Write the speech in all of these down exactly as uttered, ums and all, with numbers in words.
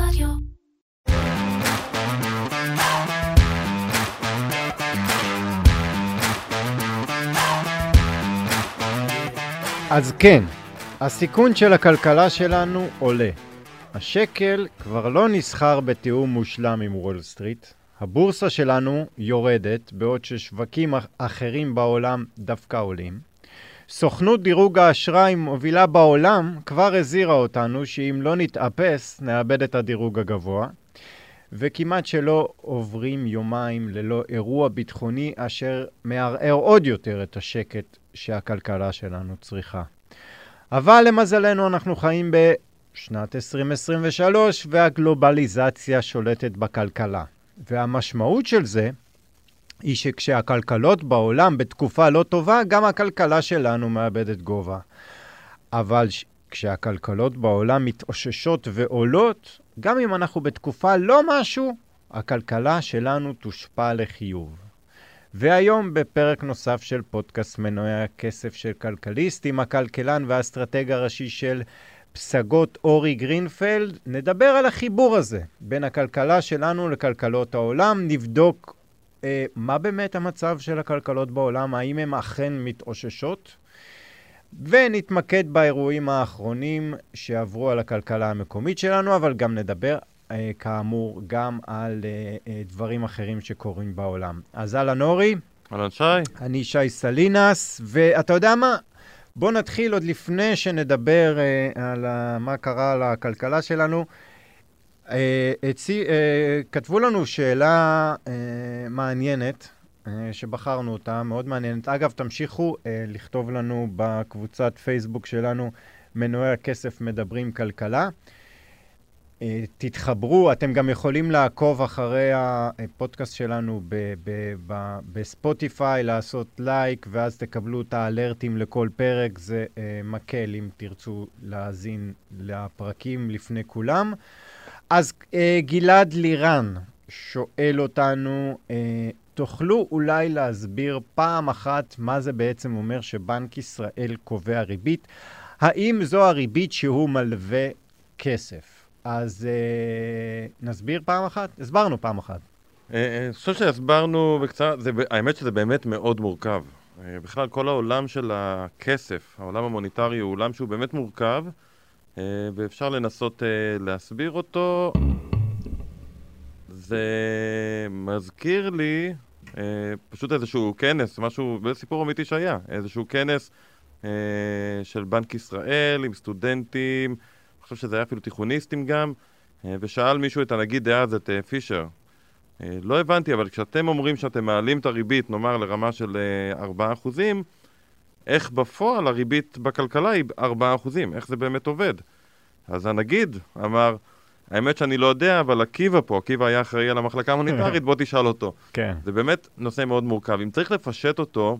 רדיו. אז כן, הסיכון של הכלכלה שלנו עולה. השקל כבר לא נסחר בתיאום מושלם עם וול סטריט. הבורסה שלנו יורדת, בעוד ששווקים אחרים בעולם דווקא עולים. סוכנות דירוג האשראי מובילה בעולם כבר הזהירה אותנו שאם לא נתאפס נאבד את הדירוג הגבוה. וכמעט שלא עוברים יומיים ללא אירוע ביטחוני אשר מערער עוד יותר את השקט שהכלכלה שלנו צריכה. אבל למזלנו אנחנו חיים בשנת עשרים עשרים ושלוש והגלובליזציה שולטת בכלכלה. והמשמעות של זה היא שכשהכלכלות בעולם בתקופה לא טובה, גם הכלכלה שלנו מאבדת גובה. אבל כשהכלכלות בעולם מתאוששות ועולות, גם אם אנחנו בתקופה לא משהו, הכלכלה שלנו תושפע לחיוב. והיום בפרק נוסף של פודקאסט מנועי הכסף של כלכליסט, עם הכלכלן והאסטרטג הראשי של פסגות אורי גרינפלד, נדבר על החיבור הזה בין הכלכלה שלנו לכלכלות העולם, נבדוק אה, מה באמת המצב של הכלכלות בעולם, האם הן אכן מתאוששות, ונתמקד באירועים האחרונים שעברו על הכלכלה המקומית שלנו, אבל גם נדבר אה, כאמור גם על אה, אה, דברים אחרים שקורים בעולם. אז אהלן אורי. אהלן שי. אני שי סלינס, ואתה יודע מה? בוא נתחיל עוד לפני שנדבר אה, על ה, מה קרה לכלכלה שלנו. אה, הצי, אה, כתבו לנו שאלה אה, מעניינת, שבחרנו אותה, מאוד מעניינת. אגב, תמשיכו אה, לכתוב לנו בקבוצת פייסבוק שלנו, מנועי הכסף מדברים כלכלה. אה, תתחברו, אתם גם יכולים לעקוב אחרי הפודקאסט שלנו ב- ב- ב- בספוטיפיי, לעשות לייק, ואז תקבלו את האלרטים לכל פרק. זה אה, מקל אם תרצו להאזין לפרקים לפני כולם. אז אה, גלעד לירן שואל אותנו, אה, תוכלו אולי להסביר פעם אחת מה זה בעצם אומר שבנק ישראל קובע ריבית? האם זו הריבית שהוא מלווה כסף? אז אה, נסביר פעם אחת? הסברנו פעם אחת. אני חושב שהסברנו בקצרה, זה, האמת שזה באמת מאוד מורכב. בכלל כל העולם של הכסף, העולם המוניטרי הוא עולם שהוא באמת מורכב, ואפשר לנסות להסביר אותו. זה מזכיר לי אה, פשוט איזשהו כנס, משהו, סיפור אמיתי שהיה, איזשהו כנס אה, של בנק ישראל עם סטודנטים, אני חושב שזה היה אפילו תיכוניסטים גם, אה, ושאל מישהו את הנגיד דאז, את אה, פישר. אה, לא הבנתי, אבל כשאתם אומרים שאתם מעלים את הריבית, נאמר לרמה של אה, ארבעה אחוזים, איך בפועל הריבית בכלכלה היא ארבעה אחוזים? איך זה באמת עובד? אז הנגיד אמר, האמת שאני לא יודע, אבל עקיבא פה, עקיבא היה אחראי על המחלקה המוניטרית, בוא תשאל אותו. כן. זה באמת נושא מאוד מורכב. אם צריך לפשט אותו,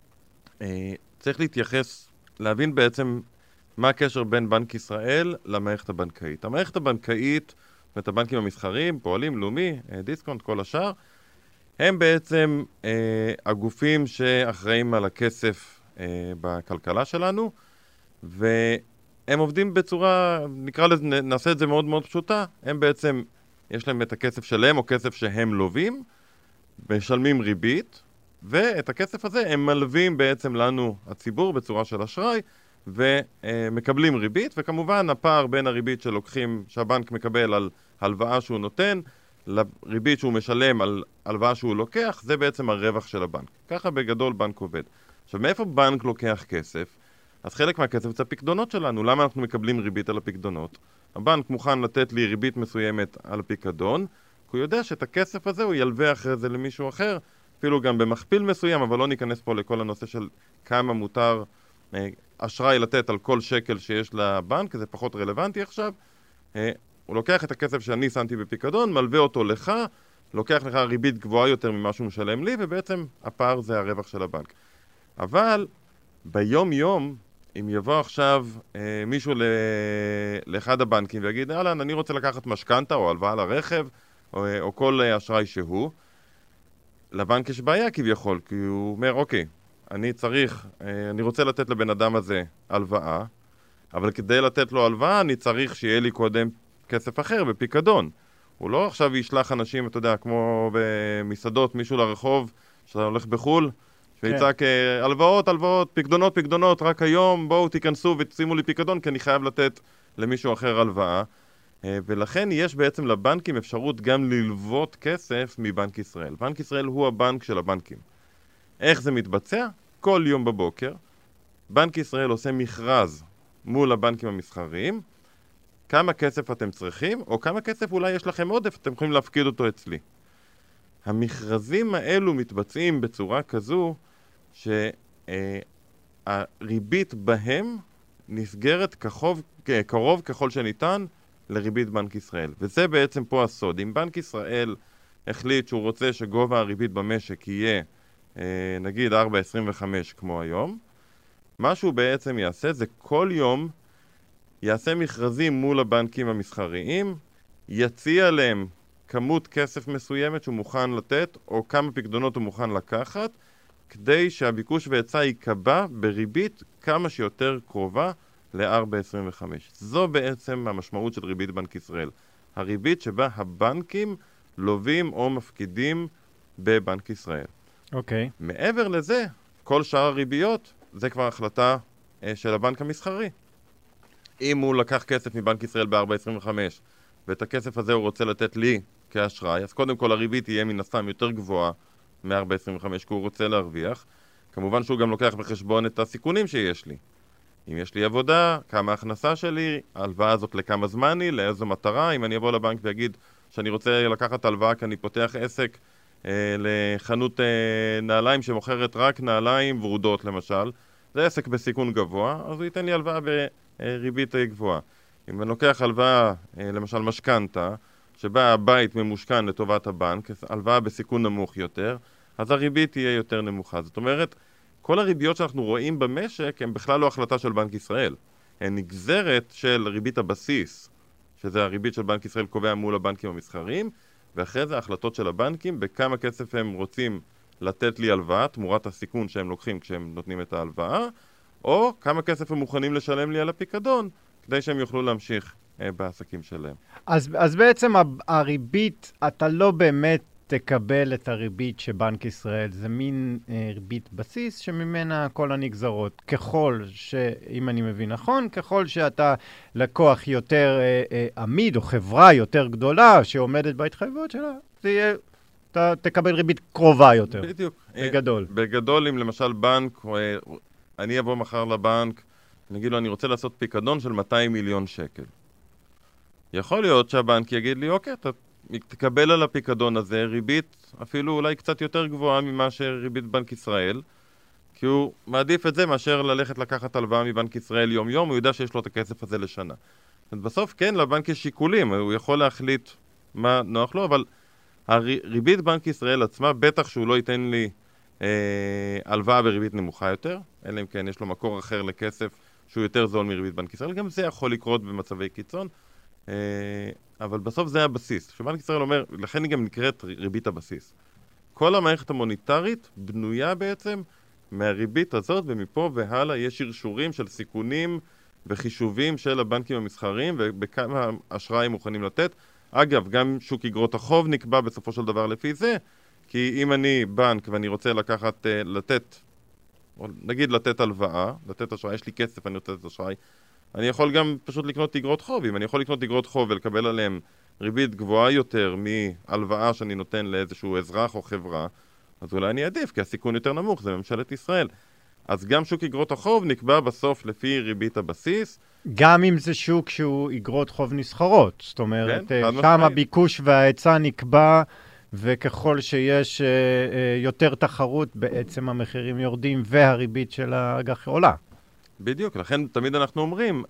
אה, צריך להתייחס, להבין בעצם מה הקשר בין בנק ישראל למערכת הבנקאית. המערכת הבנקאית, ואת הבנקים המסחריים, פועלים, לאומי, אה, דיסקונט, כל השאר, הם בעצם אה, הגופים שאחראים על הכסף אה, בכלכלה שלנו, ו... הם עובדים בצורה, נקרא לזה, נעשה את זה מאוד מאוד פשוטה, הם בעצם, יש להם את הכסף שלהם או כסף שהם לובים, משלמים ריבית, ואת הכסף הזה הם מלווים בעצם לנו, הציבור, בצורה של אשראי, ומקבלים ריבית, וכמובן הפער בין הריבית שלוקחים, שהבנק מקבל על הלוואה שהוא נותן, לריבית שהוא משלם על הלוואה שהוא לוקח, זה בעצם הרווח של הבנק. ככה בגדול בנק עובד. עכשיו, מאיפה בנק לוקח כסף? אז חלק מהכסף זה הפקדונות שלנו. למה אנחנו מקבלים ריבית על הפקדונות? הבנק מוכן לתת לי ריבית מסוימת על הפיקדון, כי הוא יודע שאת הכסף הזה הוא ילווה אחרי זה למישהו אחר, אפילו גם במכפיל מסוים, אבל לא ניכנס פה לכל הנושא של כמה מותר אה, אשראי לתת על כל שקל שיש לבנק, זה פחות רלוונטי עכשיו. אה, הוא לוקח את הכסף שאני שמתי בפיקדון, מלווה אותו לך, לוקח לך ריבית גבוהה יותר ממה שהוא משלם לי, ובעצם הפער זה הרווח של הבנק. אבל ביום יום, אם יבוא עכשיו אה, מישהו ל... לאחד הבנקים ויגיד, אהלן, אני רוצה לקחת משכנתה או הלוואה לרכב, או, או כל אשראי שהוא, לבנק יש בעיה כביכול, כי הוא אומר, אוקיי, אני צריך, אה, אני רוצה לתת לבן אדם הזה הלוואה, אבל כדי לתת לו הלוואה, אני צריך שיהיה לי קודם כסף אחר בפיקדון. הוא לא עכשיו ישלח אנשים, אתה יודע, כמו במסעדות, מישהו לרחוב, שאתה הולך בחול, שיצעק הלוואות, הלוואות, פיקדונות, פיקדונות, רק היום בואו תיכנסו ותשימו לי פיקדון, כי אני חייב לתת למישהו אחר הלוואה. ולכן יש בעצם לבנקים אפשרות גם ללוות כסף מבנק ישראל. בנק ישראל הוא הבנק של הבנקים. איך זה מתבצע? כל יום בבוקר, בנק ישראל עושה מכרז מול הבנקים המסחריים, כמה כסף אתם צריכים, או כמה כסף אולי יש לכם עודף, אתם יכולים להפקיד אותו אצלי. המכרזים האלו מתבצעים בצורה כזו שהריבית בהם נסגרת כחוב, קרוב ככל שניתן לריבית בנק ישראל. וזה בעצם פה הסוד. אם בנק ישראל החליט שהוא רוצה שגובה הריבית במשק יהיה נגיד ארבע נקודה עשרים וחמש כמו היום, מה שהוא בעצם יעשה זה כל יום יעשה מכרזים מול הבנקים המסחריים, יציע להם כמות כסף מסוימת שהוא מוכן לתת, או כמה פקדונות הוא מוכן לקחת, כדי שהביקוש והיצע ייקבע בריבית כמה שיותר קרובה ל-ארבע נקודה עשרים וחמש. זו בעצם המשמעות של ריבית בנק ישראל. הריבית שבה הבנקים לובים או מפקידים בבנק ישראל. אוקיי. Okay. מעבר לזה, כל שאר הריביות, זה כבר החלטה אה, של הבנק המסחרי. אם הוא לקח כסף מבנק ישראל ב-ארבע נקודה עשרים וחמש, ואת הכסף הזה הוא רוצה לתת לי כאשראי, אז קודם כל הריבית תהיה מן הסתם יותר גבוהה מ-ארבע נקודה עשרים וחמש, כי הוא רוצה להרוויח. כמובן שהוא גם לוקח בחשבון את הסיכונים שיש לי. אם יש לי עבודה, כמה הכנסה שלי, ההלוואה הזאת לכמה זמן היא, לאיזו מטרה. אם אני אבוא לבנק ויגיד שאני רוצה לקחת הלוואה כי אני פותח עסק אה, לחנות אה, נעליים שמוכרת רק נעליים ורודות למשל, זה עסק בסיכון גבוה, אז הוא ייתן לי הלוואה בריבית גבוהה. אם אני לוקח הלוואה, אה, למשל משכנתה, שבה הבית ממושכן לטובת הבנק, הלוואה בסיכון נמוך יותר, אז הריבית תהיה יותר נמוכה. זאת אומרת, כל הריביות שאנחנו רואים במשק הן בכלל לא החלטה של בנק ישראל. הן נגזרת של ריבית הבסיס, שזה הריבית של בנק ישראל קובע מול הבנקים המסחריים, ואחרי זה ההחלטות של הבנקים בכמה כסף הם רוצים לתת לי הלוואה, תמורת הסיכון שהם לוקחים כשהם נותנים את ההלוואה, או כמה כסף הם מוכנים לשלם לי על הפיקדון, כדי שהם יוכלו להמשיך אה, בעסקים שלהם. אז, אז בעצם הריבית, אתה לא באמת תקבל את הריבית שבנק ישראל, זה מין אה, ריבית בסיס שממנה כל הנגזרות. ככל שאם אני מבין נכון, ככל שאתה לקוח יותר אה, אה, עמיד או חברה יותר גדולה שעומדת בהתחייבות שלה, זה יהיה, אתה תקבל ריבית קרובה יותר. בדיוק. בגדול. אה, בגדול, אם למשל בנק, אה, אני אבוא מחר לבנק, אני אגיד לו, אני רוצה לעשות פיקדון של מאתיים מיליון שקל. יכול להיות שהבנק יגיד לי, אוקיי, אתה תקבל על הפיקדון הזה ריבית אפילו אולי קצת יותר גבוהה ממה שריבית בנק ישראל, כי הוא מעדיף את זה מאשר ללכת לקחת הלוואה מבנק ישראל יום יום, הוא יודע שיש לו את הכסף הזה לשנה. בסוף כן, לבנק יש שיקולים, הוא יכול להחליט מה נוח לו, אבל הריבית בנק ישראל עצמה, בטח שהוא לא ייתן לי אה, הלוואה בריבית נמוכה יותר, אלא אם כן יש לו מקור אחר לכסף שהוא יותר זול מריבית בנק ישראל, גם זה יכול לקרות במצבי קיצון, אה, אבל בסוף זה הבסיס. שבנק ישראל אומר, לכן היא גם נקראת ריבית הבסיס. כל המערכת המוניטרית בנויה בעצם מהריבית הזאת, ומפה והלאה יש שרשורים של סיכונים וחישובים של הבנקים המסחריים, ובכמה אשראי הם מוכנים לתת. אגב, גם שוק אגרות החוב נקבע בסופו של דבר לפי זה, כי אם אני בנק ואני רוצה לקחת, לתת, נגיד לתת הלוואה, לתת אשראי, יש לי כסף, אני רוצה לתת אשראי, אני יכול גם פשוט לקנות אגרות חוב. אם אני יכול לקנות אגרות חוב ולקבל עליהם ריבית גבוהה יותר מהלוואה שאני נותן לאיזשהו אזרח או חברה, אז אולי אני אעדיף, כי הסיכון יותר נמוך, זה ממשלת ישראל. אז גם שוק אגרות החוב נקבע בסוף לפי ריבית הבסיס. גם אם זה שוק שהוא אגרות חוב נסחרות. זאת אומרת, כן, שם הביקוש וההיצע נקבע, וככל שיש uh, uh, יותר תחרות, בעצם המחירים יורדים והריבית של האג"ח עולה. בדיוק, לכן תמיד אנחנו אומרים,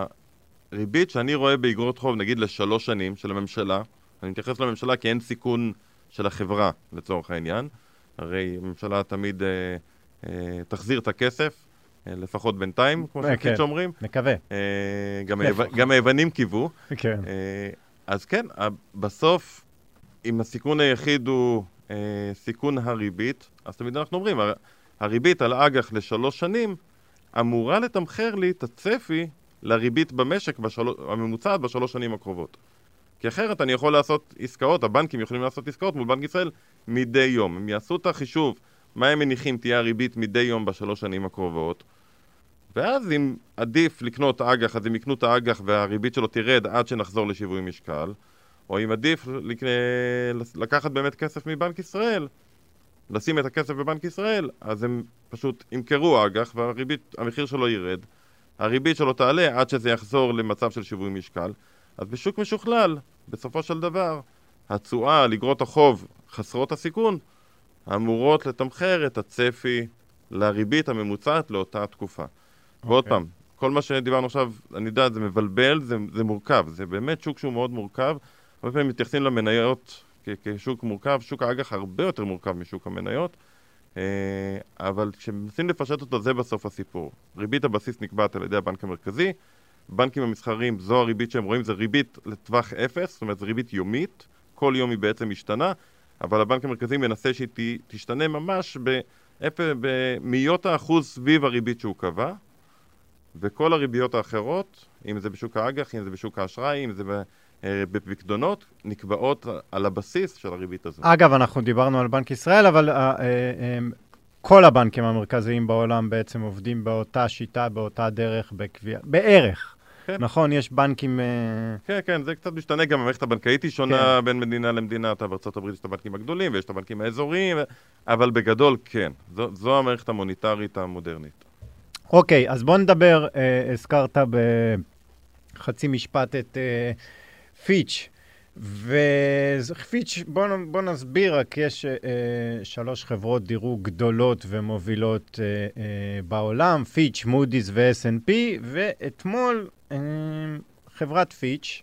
הריבית שאני רואה באגרות חוב, נגיד לשלוש שנים של הממשלה, אני מתייחס לממשלה כי אין סיכון של החברה לצורך העניין, הרי הממשלה תמיד אה, אה, תחזיר את הכסף, אה, לפחות בינתיים, כמו כן, שכית שאומרים. מקווה. אה, גם, היו, גם היוונים קיוו. כן. אה, אז כן, בסוף, אם הסיכון היחיד הוא אה, סיכון הריבית, אז תמיד אנחנו אומרים, הריבית על אג"ח לשלוש שנים, אמורה לתמחר לי את הצפי לריבית במשק בשל... הממוצעת בשלוש שנים הקרובות. כי אחרת אני יכול לעשות עסקאות, הבנקים יכולים לעשות עסקאות מול בנק ישראל מדי יום. הם יעשו את החישוב, מה הם מניחים תהיה הריבית מדי יום בשלוש שנים הקרובות, ואז אם עדיף לקנות אג"ח, אז הם יקנו את האג"ח והריבית שלו תירד עד שנחזור לשיווי משקל, או אם עדיף לקחת באמת כסף מבנק ישראל, לשים את הכסף בבנק ישראל, אז הם פשוט ימכרו אג"ח והריבית, המחיר שלו ירד, הריבית שלו תעלה עד שזה יחזור למצב של שיווי משקל. אז בשוק משוכלל, בסופו של דבר, התשואה על אגרות החוב חסרות הסיכון, אמורות לתמחר את הצפי לריבית הממוצעת לאותה תקופה. Okay. ועוד פעם, כל מה שדיברנו עכשיו, אני יודע, זה מבלבל, זה, זה מורכב, זה באמת שוק שהוא מאוד מורכב, הרבה פעמים מתייחסים למניות כ- כשוק מורכב, שוק האג"ח הרבה יותר מורכב משוק המניות, אבל כשמנסים לפשט אותו זה בסוף הסיפור. ריבית הבסיס נקבעת על ידי הבנק המרכזי, בנקים המסחריים, זו הריבית שהם רואים, זה ריבית לטווח אפס, זאת אומרת, זו ריבית יומית, כל יום היא בעצם משתנה, אבל הבנק המרכזי מנסה שהיא תשתנה ממש במאיות האחוז סביב הריבית שהוא קבע, וכל הריביות האחרות, אם זה בשוק האג"ח, אם זה בשוק האשראי, אם זה בפקדונות, נקבעות על הבסיס של הריבית הזו. אגב, אנחנו דיברנו על בנק ישראל, אבל כל הבנקים המרכזיים בעולם בעצם עובדים באותה שיטה, באותה דרך, בקביעה, בערך. כן. נכון, יש בנקים... כן, כן, זה קצת משתנה, גם המערכת הבנקאית היא שונה כן. בין מדינה למדינה, אתה בארצות הברית יש את הבנקים הגדולים ויש את הבנקים האזוריים, אבל בגדול כן, זו, זו המערכת המוניטרית המודרנית. אוקיי, אז בוא נדבר, אה, הזכרת בחצי משפט את אה, פיץ', ופיץ', בוא, בוא נסביר, רק יש אה, שלוש חברות דירוג גדולות ומובילות אה, אה, בעולם, פיץ', מודי'ס ו-אס אנד פי, ואתמול אה, חברת פיץ'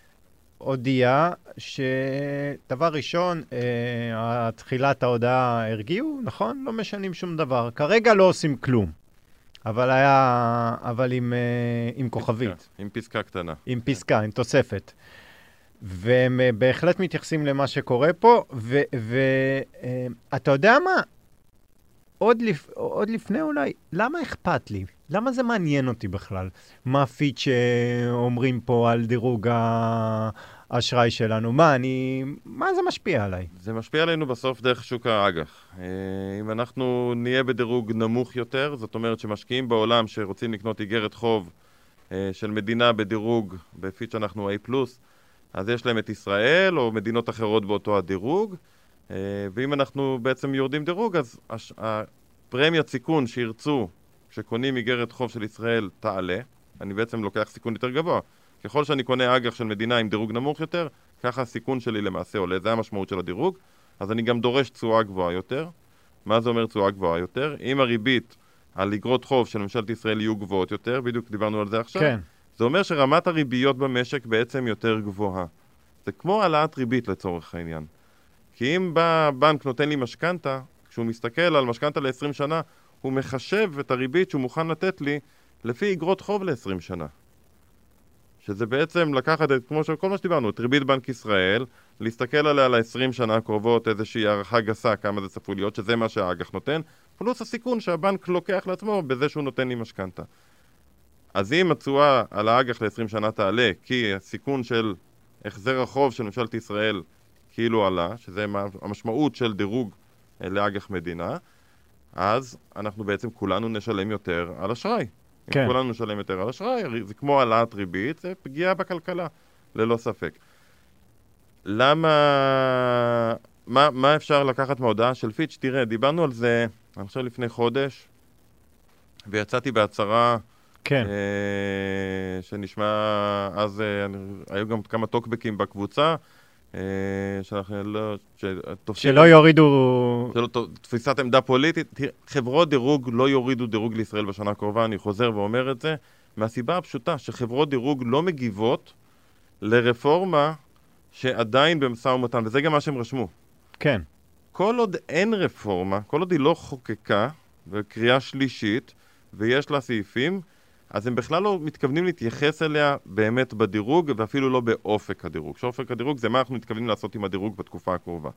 הודיעה שדבר ראשון, אה, תחילת ההודעה הרגיעו, נכון? לא משנים שום דבר. כרגע לא עושים כלום. אבל היה, אבל עם, עם כוכבית. עם פסקה קטנה. עם פסקה, עם תוספת. והם בהחלט מתייחסים למה שקורה פה, ואתה יודע מה? עוד, לפ, עוד לפני אולי, למה אכפת לי? למה זה מעניין אותי בכלל? מה פיץ' אומרים פה על דירוג האשראי שלנו? מה, אני, מה זה משפיע עליי? זה משפיע עלינו בסוף דרך שוק האג"ח. אם אנחנו נהיה בדירוג נמוך יותר, זאת אומרת שמשקיעים בעולם שרוצים לקנות איגרת חוב של מדינה בדירוג, בפיץ' אנחנו A פלוס, אז יש להם את ישראל או מדינות אחרות באותו הדירוג, ואם אנחנו בעצם יורדים דירוג, אז הפרמיית סיכון שירצו כשקונים איגרת חוב של ישראל תעלה, אני בעצם לוקח סיכון יותר גבוה. ככל שאני קונה אג"ח של מדינה עם דירוג נמוך יותר, ככה הסיכון שלי למעשה עולה, זה המשמעות של הדירוג, אז אני גם דורש תשואה גבוהה יותר. מה זה אומר תשואה גבוהה יותר? אם הריבית על איגרות חוב של ממשלת ישראל יהיו גבוהות יותר, בדיוק דיברנו על זה עכשיו, כן. זה אומר שרמת הריביות במשק בעצם יותר גבוהה. זה כמו העלאת ריבית לצורך העניין. כי אם בא בנק נותן לי משכנתה, כשהוא מסתכל על משכנתה ל-עשרים שנה, הוא מחשב את הריבית שהוא מוכן לתת לי לפי איגרות חוב ל-עשרים שנה. שזה בעצם לקחת את, כמו שכל מה שדיברנו, את ריבית בנק ישראל, להסתכל עליה ל-עשרים שנה הקרובות, איזושהי הערכה גסה, כמה זה צפוי להיות, שזה מה שהאג"ח נותן, פלוס הסיכון שהבנק לוקח לעצמו בזה שהוא נותן לי משכנתה. אז אם התשואה על האג"ח ל-עשרים שנה תעלה, כי הסיכון של החזר החוב של ממשלת ישראל כאילו עלה, שזה המשמעות של דירוג לאג"ח מדינה, אז אנחנו בעצם כולנו נשלם יותר על אשראי. כן. אם כולנו נשלם יותר על אשראי, זה כמו העלאת ריבית, זה פגיעה בכלכלה, ללא ספק. למה, מה, מה אפשר לקחת מההודעה של פיץ'? תראה, דיברנו על זה, אני חושב לפני חודש, ויצאתי בהצהרה, כן. אה, שנשמע, אז אה, היו גם כמה טוקבקים בקבוצה, אה, שאנחנו לא, שתופסים, שלא יורידו... שלא, תפיסת עמדה פוליטית. חברות דירוג לא יורידו דירוג לישראל בשנה הקרובה, אני חוזר ואומר את זה, מהסיבה הפשוטה שחברות דירוג לא מגיבות לרפורמה שעדיין במשא ומתן, וזה גם מה שהם רשמו. כן. כל עוד אין רפורמה, כל עוד היא לא חוקקה, בקריאה שלישית, ויש לה סעיפים, אז הם בכלל לא מתכוונים להתייחס אליה באמת בדירוג, ואפילו לא באופק הדירוג. שאופק הדירוג זה מה אנחנו מתכוונים לעשות עם הדירוג בתקופה הקרובה.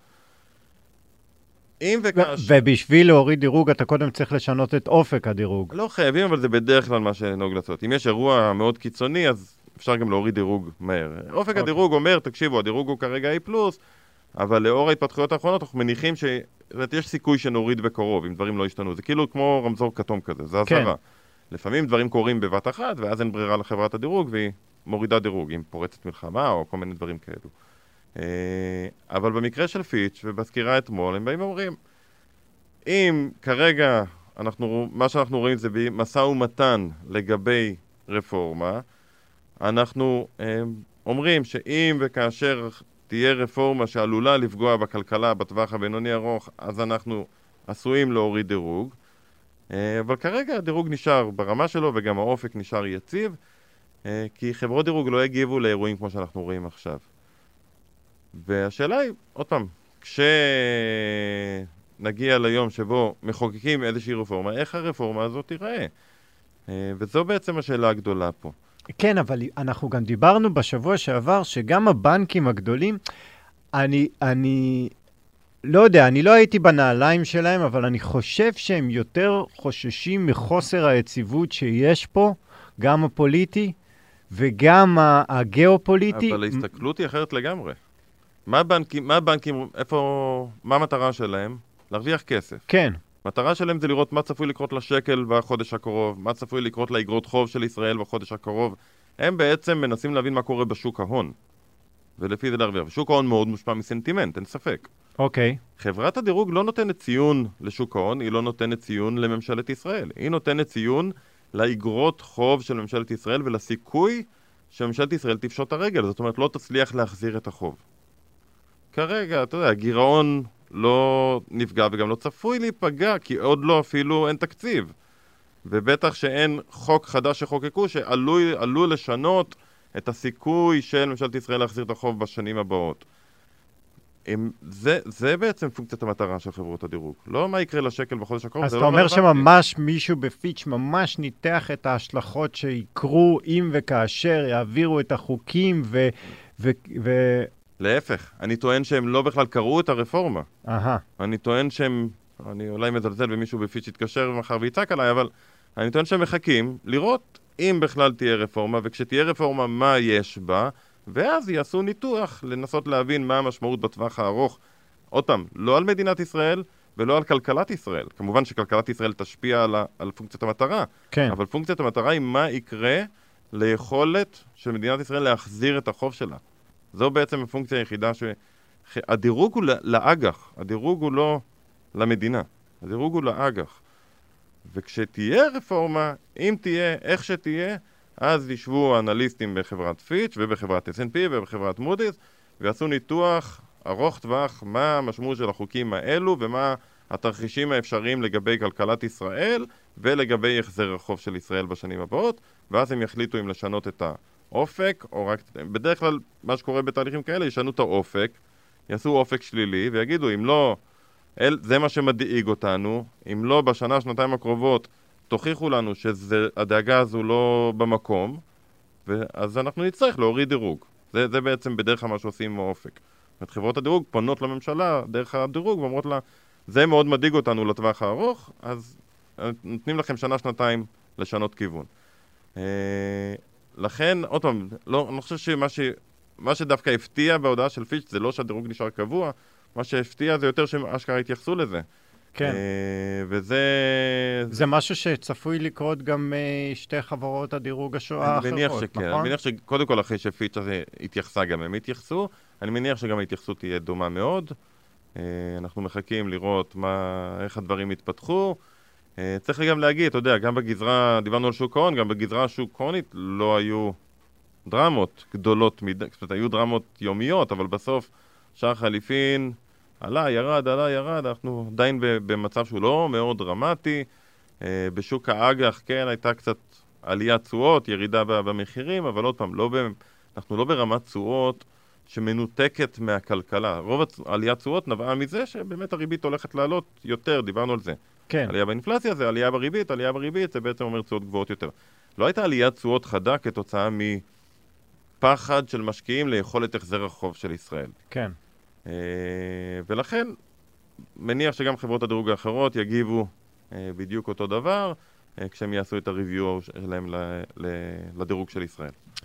אם וכאש... ובשביל להוריד דירוג, אתה קודם צריך לשנות את אופק הדירוג. לא חייבים, אבל זה בדרך כלל מה שנהוג לעשות. אם יש אירוע מאוד קיצוני, אז אפשר גם להוריד דירוג מהר. אופק הדירוג אומר, תקשיבו, הדירוג הוא כרגע A+, אבל לאור ההתפתחויות האחרונות אנחנו מניחים שיש סיכוי שנוריד בקרוב, אם דברים לא ישתנו. זה כאילו כמו רמזור כתום כזה, זה אזהרה. לפעמים דברים קורים בבת אחת, ואז אין ברירה לחברת הדירוג, והיא מורידה דירוג, אם פורצת מלחמה או כל מיני דברים כאלו. אבל במקרה של פיץ' ובסקירה אתמול, הם באים ואומרים, אם כרגע אנחנו, מה שאנחנו רואים זה במשא ומתן לגבי רפורמה, אנחנו אומרים שאם וכאשר תהיה רפורמה שעלולה לפגוע בכלכלה בטווח הבינוני ארוך, אז אנחנו עשויים להוריד דירוג. אבל כרגע הדירוג נשאר ברמה שלו וגם האופק נשאר יציב, כי חברות דירוג לא יגיבו לאירועים כמו שאנחנו רואים עכשיו. והשאלה היא, עוד פעם, כשנגיע ליום שבו מחוקקים איזושהי רפורמה, איך הרפורמה הזאת תיראה? וזו בעצם השאלה הגדולה פה. כן, אבל אנחנו גם דיברנו בשבוע שעבר שגם הבנקים הגדולים, אני, אני לא יודע, אני לא הייתי בנעליים שלהם, אבל אני חושב שהם יותר חוששים מחוסר היציבות שיש פה, גם הפוליטי וגם הגיאופוליטי. אבל ההסתכלות היא אחרת לגמרי. מה הבנקים, מה הבנקים, איפה, מה המטרה שלהם? להרוויח כסף. כן. המטרה שלהם זה לראות מה צפוי לקרות לשקל בחודש הקרוב, מה צפוי לקרות לאגרות חוב של ישראל בחודש הקרוב. הם בעצם מנסים להבין מה קורה בשוק ההון. ולפי זה להרוויח. שוק ההון מאוד מושפע מסנטימנט, אין ספק. אוקיי. חברת הדירוג לא נותנת ציון לשוק ההון, היא לא נותנת ציון לממשלת ישראל. היא נותנת ציון לאגרות חוב של ממשלת ישראל ולסיכוי שממשלת ישראל תפשוט את הרגל. זאת אומרת, לא תצליח להחזיר את החוב. כרגע, אתה יודע, הגירעון לא נפגע וגם לא צפוי להיפגע, כי עוד לא אפילו אין תקציב. ובטח שאין חוק חדש שחוקקו שעלול לשנות את הסיכוי של ממשלת ישראל להחזיר את החוב בשנים הבאות. הם, זה, זה בעצם פונקציית המטרה של חברות הדירוג. לא מה יקרה לשקל בחודש הקרוב. אז אתה לא אומר שממש מישהו בפיץ' ממש ניתח את ההשלכות שיקרו אם וכאשר יעבירו את החוקים ו... ו, ו... להפך, אני טוען שהם לא בכלל קראו את הרפורמה. אהה. אני טוען שהם, אני אולי מזלזל ומישהו בפיץ' יתקשר ומחר ויצעק עליי, אבל אני טוען שהם מחכים לראות אם בכלל תהיה רפורמה, וכשתהיה רפורמה מה יש בה, ואז יעשו ניתוח לנסות להבין מה המשמעות בטווח הארוך. עוד פעם, לא על מדינת ישראל ולא על כלכלת ישראל. כמובן שכלכלת ישראל תשפיע על, על פונקציית המטרה, כן. אבל פונקציית המטרה היא מה יקרה ליכולת של מדינת ישראל להחזיר את החוב שלה. זו בעצם הפונקציה היחידה ש... הדירוג הוא לאג"ח, הדירוג הוא לא למדינה, הדירוג הוא לאג"ח. וכשתהיה רפורמה, אם תהיה, איך שתהיה, אז ישבו האנליסטים בחברת פיץ' ובחברת אס אנד פי ובחברת מודי'ס, ועשו ניתוח ארוך טווח, מה המשמעות של החוקים האלו ומה התרחישים האפשריים לגבי כלכלת ישראל ולגבי החזר החוב של ישראל בשנים הבאות, ואז הם יחליטו אם לשנות את האופק, או רק, בדרך כלל מה שקורה בתהליכים כאלה, ישנו את האופק, יעשו אופק שלילי ויגידו אם לא, אל, זה מה שמדאיג אותנו, אם לא בשנה, שנתיים הקרובות תוכיחו לנו שהדאגה הזו לא במקום, אז אנחנו נצטרך להוריד דירוג. זה, זה בעצם בדרך כלל מה שעושים עם האופק. את חברות הדירוג פונות לממשלה דרך הדירוג ואומרות לה, זה מאוד מדאיג אותנו לטווח הארוך, אז נותנים לכם שנה, שנתיים לשנות כיוון. לכן, עוד פעם, לא, אני חושב שמה ש, מה שדווקא הפתיע בהודעה של פיץ' זה לא שהדירוג נשאר קבוע, מה שהפתיע זה יותר שאשכרה התייחסו לזה. כן. וזה... זה משהו שצפוי לקרות גם שתי חברות הדירוג השואה האחרות, אני מניח שכן. אני מניח שקודם כל אחרי שפיץ' הזה התייחסה גם הם התייחסו, אני מניח שגם ההתייחסות תהיה דומה מאוד. אנחנו מחכים לראות מה, איך הדברים התפתחו. צריך לי גם להגיד, אתה יודע, גם בגזרה, דיברנו על שוק ההון, גם בגזרה השוק ההונית לא היו דרמות גדולות מדי, זאת אומרת, היו דרמות יומיות, אבל בסוף שער חליפין עלה, ירד, עלה, ירד, אנחנו עדיין במצב שהוא לא מאוד דרמטי. בשוק האג"ח, כן, הייתה קצת עליית תשואות, ירידה במחירים, אבל עוד פעם, לא ב, אנחנו לא ברמת תשואות שמנותקת מהכלכלה. רוב עליית תשואות נבעה מזה שבאמת הריבית הולכת לעלות יותר, דיברנו על זה. כן. עלייה באינפלציה זה עלייה בריבית, עלייה בריבית זה בעצם אומר תשואות גבוהות יותר. לא הייתה עליית תשואות חדה כתוצאה מפחד של משקיעים ליכולת החזר החוב של ישראל. כן. ולכן מניח שגם חברות הדירוג האחרות יגיבו בדיוק אותו דבר כשהם יעשו את הריוויו שלהם לדירוג של ישראל.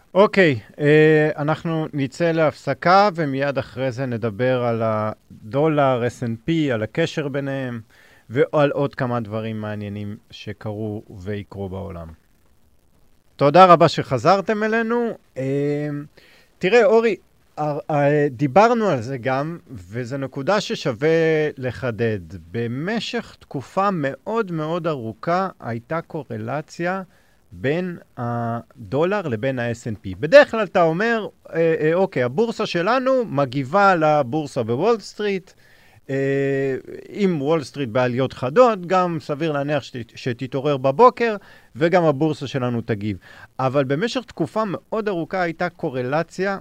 אוקיי, אה, אנחנו נצא להפסקה ומיד אחרי זה נדבר על הדולר, אס אנד פי, על הקשר ביניהם ועל עוד כמה דברים מעניינים שקרו ויקרו בעולם. תודה רבה שחזרתם אלינו. אה, תראה, אורי, דיברנו על זה גם, וזו נקודה ששווה לחדד. במשך תקופה מאוד מאוד ארוכה הייתה קורלציה בין הדולר לבין ה-אס אנד פי. בדרך כלל אתה אומר, אה, אה, אוקיי, הבורסה שלנו מגיבה לבורסה בוול סטריט, אה, עם וול סטריט בעליות חדות, גם סביר להניח שת, שתתעורר בבוקר, וגם הבורסה שלנו תגיב. אבל במשך תקופה מאוד ארוכה הייתה קורלציה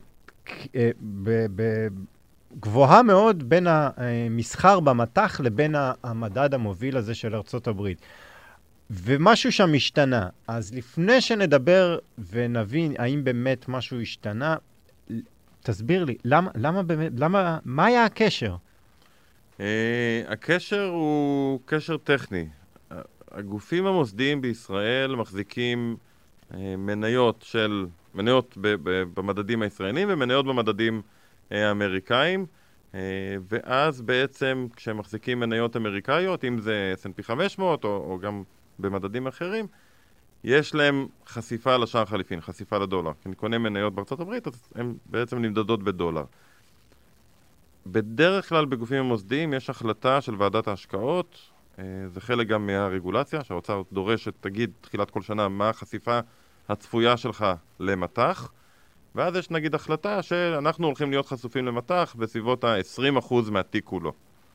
גבוהה מאוד בין המסחר במטח לבין המדד המוביל הזה של ארצות הברית. ומשהו שם השתנה. אז לפני שנדבר ונבין האם באמת משהו השתנה, תסביר לי, למה, למה באמת, למה, מה היה הקשר? Uh, הקשר הוא קשר טכני. הגופים המוסדיים בישראל מחזיקים uh, מניות של מניות ב- ב- במדדים הישראלים ומניות במדדים אה, האמריקאים, אה, ואז בעצם כשהם מחזיקים מניות אמריקאיות, אם זה אס אנד פי חמש מאות או, או גם במדדים אחרים, יש להם חשיפה לשער חליפין, חשיפה לדולר. כי אני קונה מניות בארצות הברית, אז הן בעצם נמדדות בדולר. בדרך כלל בגופים המוסדיים יש החלטה של ועדת ההשקעות, אה, זה חלק גם מהרגולציה, שהאוצר דורש שתגיד תחילת כל שנה מה החשיפה הצפויה שלך למטח, ואז יש נגיד החלטה שאנחנו הולכים להיות חשופים למטח בסביבות ה-עשרים אחוז מהתיק כולו.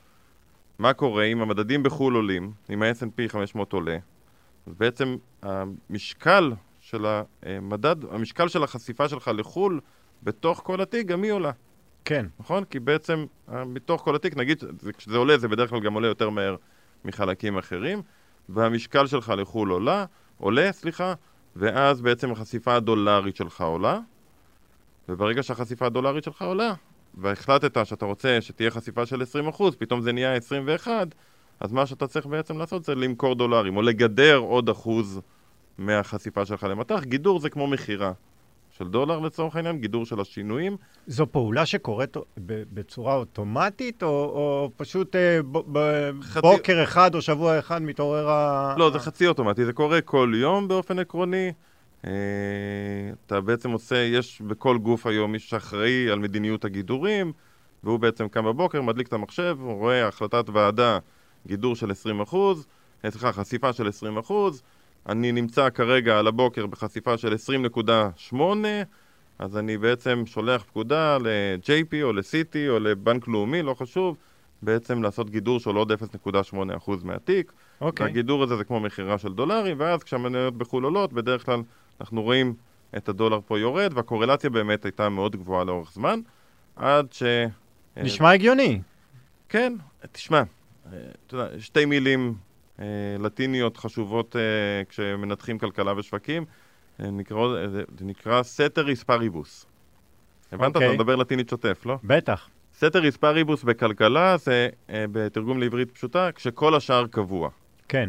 מה קורה אם המדדים בחול עולים, אם ה-אס אנד פי חמש מאות עולה, אז בעצם המשקל של המדד, המשקל של החשיפה שלך לחול בתוך כל התיק גם היא עולה. כן. נכון? כי בעצם בתוך כל התיק, נגיד כשזה עולה, זה בדרך כלל גם עולה יותר מהר מחלקים אחרים, והמשקל שלך לחול עולה, עולה, סליחה, ואז בעצם החשיפה הדולרית שלך עולה, וברגע שהחשיפה הדולרית שלך עולה, והחלטת שאתה רוצה שתהיה חשיפה של עשרים אחוז, פתאום זה נהיה עשרים ואחד, אז מה שאתה צריך בעצם לעשות זה למכור דולרים, או לגדר עוד אחוז מהחשיפה שלך למטח. גידור זה כמו מחירה של דולר לצורך העניין, גידור של השינויים. זו פעולה שקורית בצורה אוטומטית, או, או פשוט אה, ב, ב, חצי... בוקר אחד או שבוע אחד מתעורר ה... לא, זה חצי אוטומטי, זה קורה כל יום באופן עקרוני. אה, אתה בעצם עושה, יש בכל גוף היום מישהו שאחראי על מדיניות הגידורים, והוא בעצם קם בבוקר, מדליק את המחשב, הוא רואה החלטת ועדה, גידור של עשרים אחוז, סליחה, חשיפה של עשרים אחוז, אני נמצא כרגע על הבוקר בחשיפה של עשרים נקודה שמונה, אז אני בעצם שולח פקודה ל-ג'יי פי או ל-סי טי או לבנק לאומי, לא חשוב, בעצם לעשות גידור של עוד אפס נקודה שמונה אחוז מהתיק. אוקיי. והגידור הזה זה כמו מחירה של דולרים, ואז כשהמניות בחול עולות, בדרך כלל אנחנו רואים את הדולר פה יורד, והקורלציה באמת הייתה מאוד גבוהה לאורך זמן, עד ש... נשמע הגיוני. כן, תשמע, אתה יודע, שתי מילים אה, לטיניות חשובות אה, כשמנתחים כלכלה ושווקים, אה, נקרא, זה, זה נקרא סטריס פריבוס. הבנת? אוקיי. אתה מדבר לטינית שוטף, לא? בטח. סטריס פריבוס בכלכלה זה אה, בתרגום לעברית פשוטה, כשכל השאר קבוע. כן.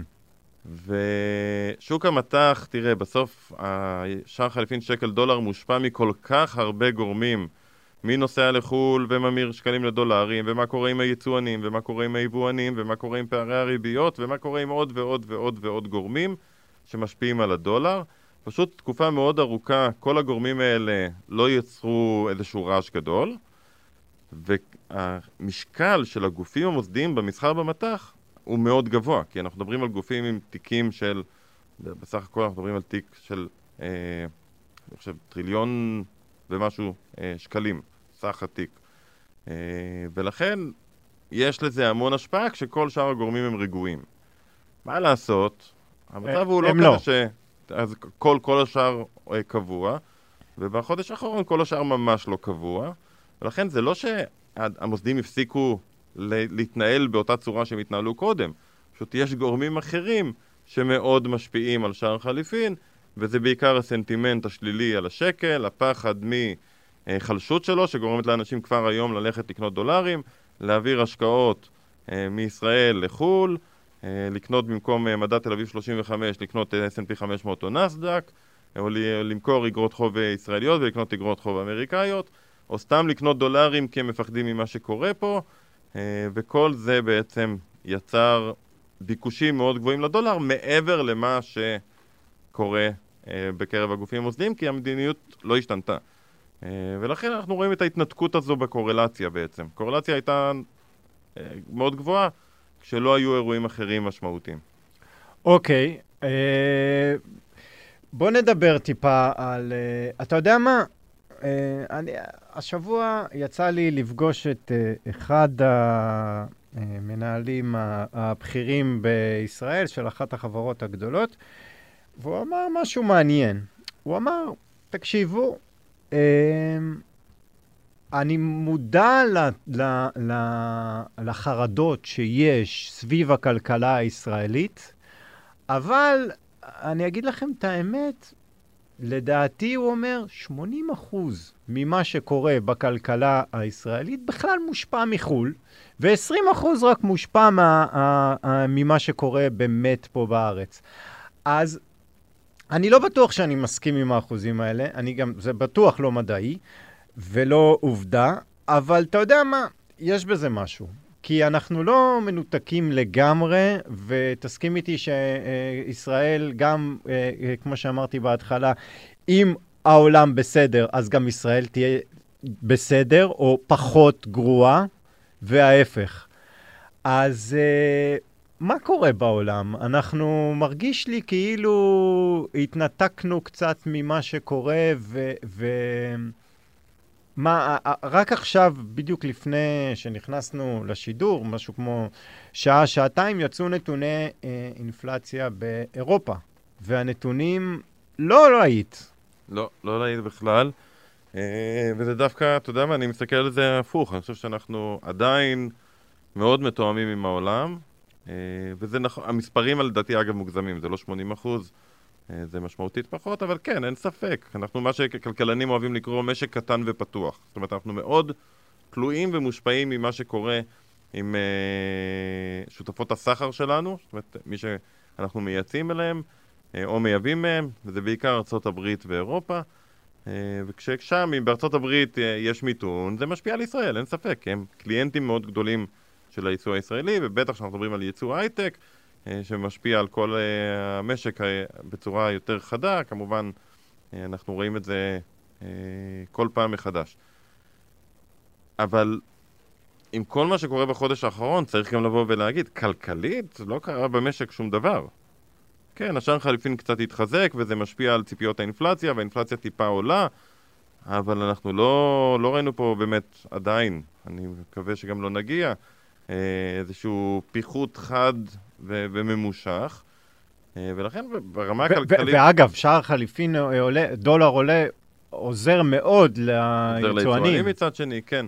ושוק המטח, תראה, בסוף השער חליפין שקל דולר מושפע מכל כך הרבה גורמים, מי נוסע לחול וממיר שקלים לדולרים, ומה קורה עם היצואנים, ומה קורה עם היבואנים, ומה קורה עם פערי הריביות, ומה קורה עם עוד ועוד ועוד ועוד גורמים שמשפיעים על הדולר. פשוט תקופה מאוד ארוכה, כל הגורמים האלה לא יצרו איזשהו רעש גדול, והמשקל של הגופים המוסדיים במסחר במטח הוא מאוד גבוה, כי אנחנו מדברים על גופים עם תיקים של, בסך הכל אנחנו מדברים על תיק של, אה, אני חושב, טריליון ומשהו אה, שקלים, סך התיק. אה, ולכן יש לזה המון השפעה כשכל שאר הגורמים הם רגועים. מה לעשות? המצב הוא לא כזה ש... אז כל, כל השאר אה, קבוע, ובחודש האחרון כל השאר ממש לא קבוע, ולכן זה לא שהמוסדים הפסיקו להתנהל באותה צורה שהם התנהלו קודם. פשוט יש גורמים אחרים שמאוד משפיעים על שער חליפין, וזה בעיקר הסנטימנט השלילי על השקל, הפחד מחלשות שלו, שגורמת לאנשים כבר היום ללכת לקנות דולרים, להעביר השקעות מישראל לחול, לקנות במקום מדד תל אביב שלושים וחמש, לקנות אס אנד פי חמש מאות או נסדק, או למכור אגרות חוב ישראליות ולקנות אגרות חוב אמריקאיות, או סתם לקנות דולרים כי הם מפחדים ממה שקורה פה, וכל זה בעצם יצר ביקושים מאוד גבוהים לדולר, מעבר למה שקורה בקרב הגופים המוסדיים, כי המדיניות לא השתנתה. ולכן אנחנו רואים את ההתנתקות הזו בקורלציה בעצם. קורלציה הייתה מאוד גבוהה, כשלא היו אירועים אחרים משמעותיים. אוקיי, בוא נדבר טיפה על... אתה יודע מה? אני, השבוע יצא לי לפגוש את אחד המנהלים הבכירים בישראל של אחת החברות הגדולות, והוא אמר משהו מעניין. הוא אמר, תקשיבו, אני מודע ל, ל, ל, לחרדות שיש סביב הכלכלה הישראלית, אבל אני אגיד לכם את האמת, לדעתי הוא אומר, שמונים אחוז ממה שקורה בכלכלה הישראלית בכלל מושפע מחול, ו-עשרים אחוז רק מושפע מה, uh, uh, ממה שקורה באמת פה בארץ. אז אני לא בטוח שאני מסכים עם האחוזים האלה, אני גם, זה בטוח לא מדעי ולא עובדה, אבל אתה יודע מה, יש בזה משהו. כי אנחנו לא מנותקים לגמרי, ותסכים איתי שישראל גם, כמו שאמרתי בהתחלה, אם העולם בסדר, אז גם ישראל תהיה בסדר, או פחות גרועה, וההפך. אז מה קורה בעולם? אנחנו מרגיש לי כאילו התנתקנו קצת ממה שקורה, ו... ו... מה, רק עכשיו, בדיוק לפני שנכנסנו לשידור, משהו כמו שעה, שעתיים, יצאו נתוני אה, אינפלציה באירופה. והנתונים לא להיט. לא, לא להיט בכלל. אה, וזה דווקא, אתה יודע מה, אני מסתכל על זה הפוך. אני חושב שאנחנו עדיין מאוד מתואמים עם העולם. אה, וזה נכון, המספרים על דעתי אגב מוגזמים, זה לא שמונים אחוז. זה משמעותית פחות, אבל כן, אין ספק. אנחנו, מה שכלכלנים אוהבים לקרוא, משק קטן ופתוח. זאת אומרת, אנחנו מאוד תלויים ומושפעים ממה שקורה עם uh, שותפות הסחר שלנו, זאת אומרת, מי שאנחנו מייצאים אליהם, uh, או מייבאים מהם, וזה בעיקר ארצות הברית ואירופה. Uh, וכששם, אם בארצות הברית uh, יש מיתון, זה משפיע על ישראל, אין ספק. הם קליינטים מאוד גדולים של הייצוא הישראלי, ובטח שאנחנו מדברים על ייצוא הייטק, שמשפיע על כל המשק בצורה יותר חדה, כמובן אנחנו רואים את זה כל פעם מחדש. אבל עם כל מה שקורה בחודש האחרון, צריך גם לבוא ולהגיד, כלכלית לא קרה במשק שום דבר. כן, השער חליפין קצת התחזק, וזה משפיע על ציפיות האינפלציה, והאינפלציה טיפה עולה, אבל אנחנו לא, לא ראינו פה באמת עדיין, אני מקווה שגם לא נגיע, איזשהו פיחות חד ו- וממושך, ולכן ברמה הכלכלית... ואגב, שער חליפין עולה, דולר עולה, עוזר מאוד ליצואנים. עוזר ליצואנים מצד שני, כן.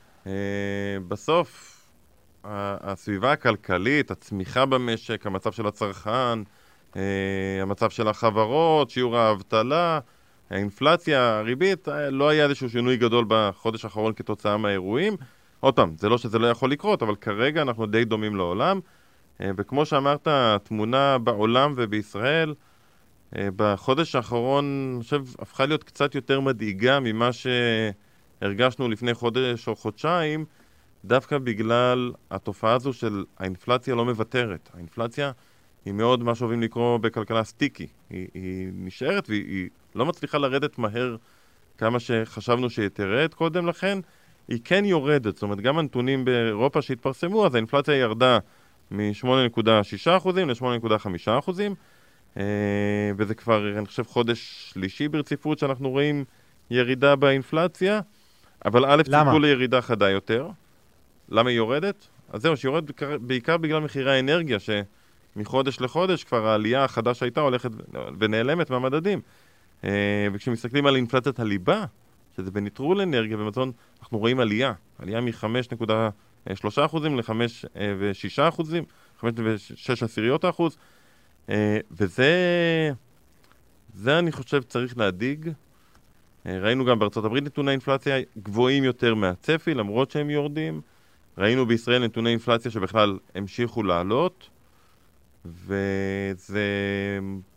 בסוף, הסביבה הכלכלית, הצמיחה במשק, המצב של הצרכן, המצב של החברות, שיעור האבטלה, האינפלציה, הריבית, לא היה איזשהו שינוי גדול בחודש האחרון כתוצאה מהאירועים. עוד פעם, זה לא שזה לא יכול לקרות, אבל כרגע אנחנו די דומים לעולם. וכמו שאמרת, התמונה בעולם ובישראל, בחודש האחרון, אני חושב, הפכה להיות קצת יותר מדאיגה ממה שהרגשנו לפני חודש או חודשיים, דווקא בגלל התופעה הזו של האינפלציה לא מוותרת. האינפלציה היא מאוד מה שאוהבים לקרוא בכלכלה סטיקי. היא, היא נשארת והיא לא מצליחה לרדת מהר כמה שחשבנו שהיא תרד קודם לכן. היא כן יורדת, זאת אומרת, גם הנתונים באירופה שהתפרסמו, אז האינפלציה ירדה מ-שמונה נקודה שישה אחוזים ל-שמונה נקודה חמישה אחוזים, וזה כבר, אני חושב, חודש שלישי ברציפות שאנחנו רואים ירידה באינפלציה, אבל א' ציפו לירידה חדה יותר. למה היא יורדת? אז זהו, שהיא יורדת בעיקר בגלל מחירי האנרגיה, שמחודש לחודש כבר העלייה החדש הייתה הולכת ונעלמת מהמדדים. וכשמסתכלים על אינפלציית הליבה, שזה בניטרול אנרגיה ומזון, אנחנו רואים עלייה, עלייה מ-חמש נקודה שלושה אחוזים ל-חמש נקודה שישה אחוזים, חמש נקודה שש עשיריות האחוז, וזה, זה אני חושב צריך להדיג. ראינו גם בארצות הברית נתוני אינפלציה גבוהים יותר מהצפי, למרות שהם יורדים. ראינו בישראל נתוני אינפלציה שבכלל המשיכו לעלות, וזה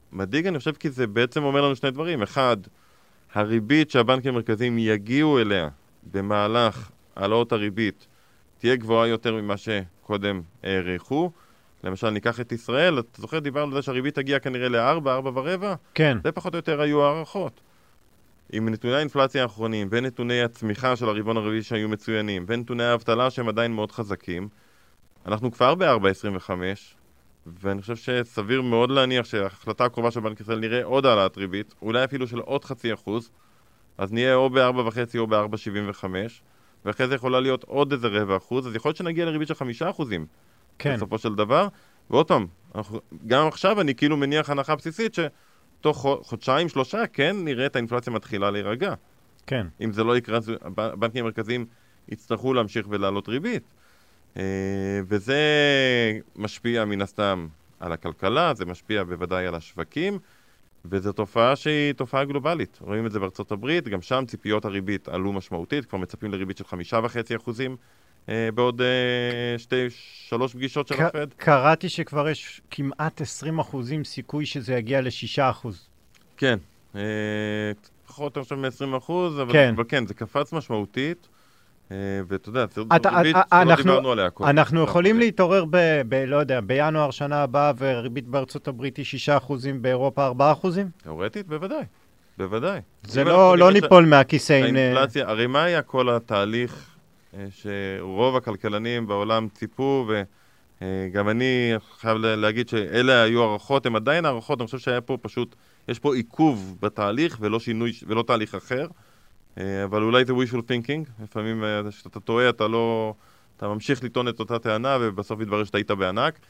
מדאיג, אני חושב, כי זה בעצם אומר לנו שני דברים. אחד, הריבית שהבנקים המרכזיים יגיעו אליה במהלך העלאות הריבית תהיה גבוהה יותר ממה שקודם העריכו. למשל, ניקח את ישראל, אתה זוכר, דיברנו על זה שהריבית תגיע כנראה ל-ארבע, ארבע ורבע? כן. זה פחות או יותר היו הערכות. עם נתוני האינפלציה האחרונים, ונתוני הצמיחה של הרבעון הרביעי שהיו מצוינים, ונתוני האבטלה שהם עדיין מאוד חזקים, אנחנו כבר ב-ארבע עשרים וחמש, ואני חושב שסביר מאוד להניח שההחלטה הקרובה של בנק ישראל נראה עוד העלאת ריבית, אולי אפילו של עוד חצי אחוז, אז נהיה או ב-ארבע וחצי או ב-ארבע שבעים וחמש, ואחרי זה יכולה להיות עוד איזה רבע אחוז, אז יכול להיות שנגיע לריבית של חמישה אחוזים. כן. בסופו של דבר, ועוד פעם, אנחנו, גם עכשיו אני כאילו מניח הנחה בסיסית שתוך חודשיים, שלושה, כן נראה את האינפלציה מתחילה להירגע. כן. אם זה לא יקרה, הבנקים המרכזיים יצטרכו להמשיך ולעלות ריבית. וזה משפיע מן הסתם על הכלכלה, זה משפיע בוודאי על השווקים, וזו תופעה שהיא תופעה גלובלית. רואים את זה בארצות הברית, גם שם ציפיות הריבית עלו משמעותית, כבר מצפים לריבית של חמישה וחצי אחוזים, בעוד שתי, שלוש פגישות של הפד. קראתי שכבר יש כמעט עשרים אחוזים סיכוי שזה יגיע ל-שישה אחוז. כן, פחות או יותר מ-עשרים אחוז, אבל כן, זה קפץ משמעותית, ואתה יודע, זו ריבית שלא דיברנו עליה. אנחנו יכולים להתעורר ב, לא יודע, בינואר שנה הבאה, וריבית בארצות הברית היא שישה אחוזים, באירופה ארבעה אחוזים? תיאורטית, בוודאי, בוודאי. זה לא ניפול מהכיסא. האינפלציה, הרי מה היה כל התהליך שרוב הכלכלנים בעולם ציפו, וגם אני חייב להגיד שאלה היו הערכות, הם עדיין הערכות, אני חושב שהיה פה פשוט, יש פה עיכוב בתהליך ולא שינוי, ולא תהליך אחר, אבל אולי זה wishful thinking, לפעמים כשאתה טועה, אתה לא, אתה ממשיך לטעון את אותה טענה, ובסוף יתברר שאתה היית בענק.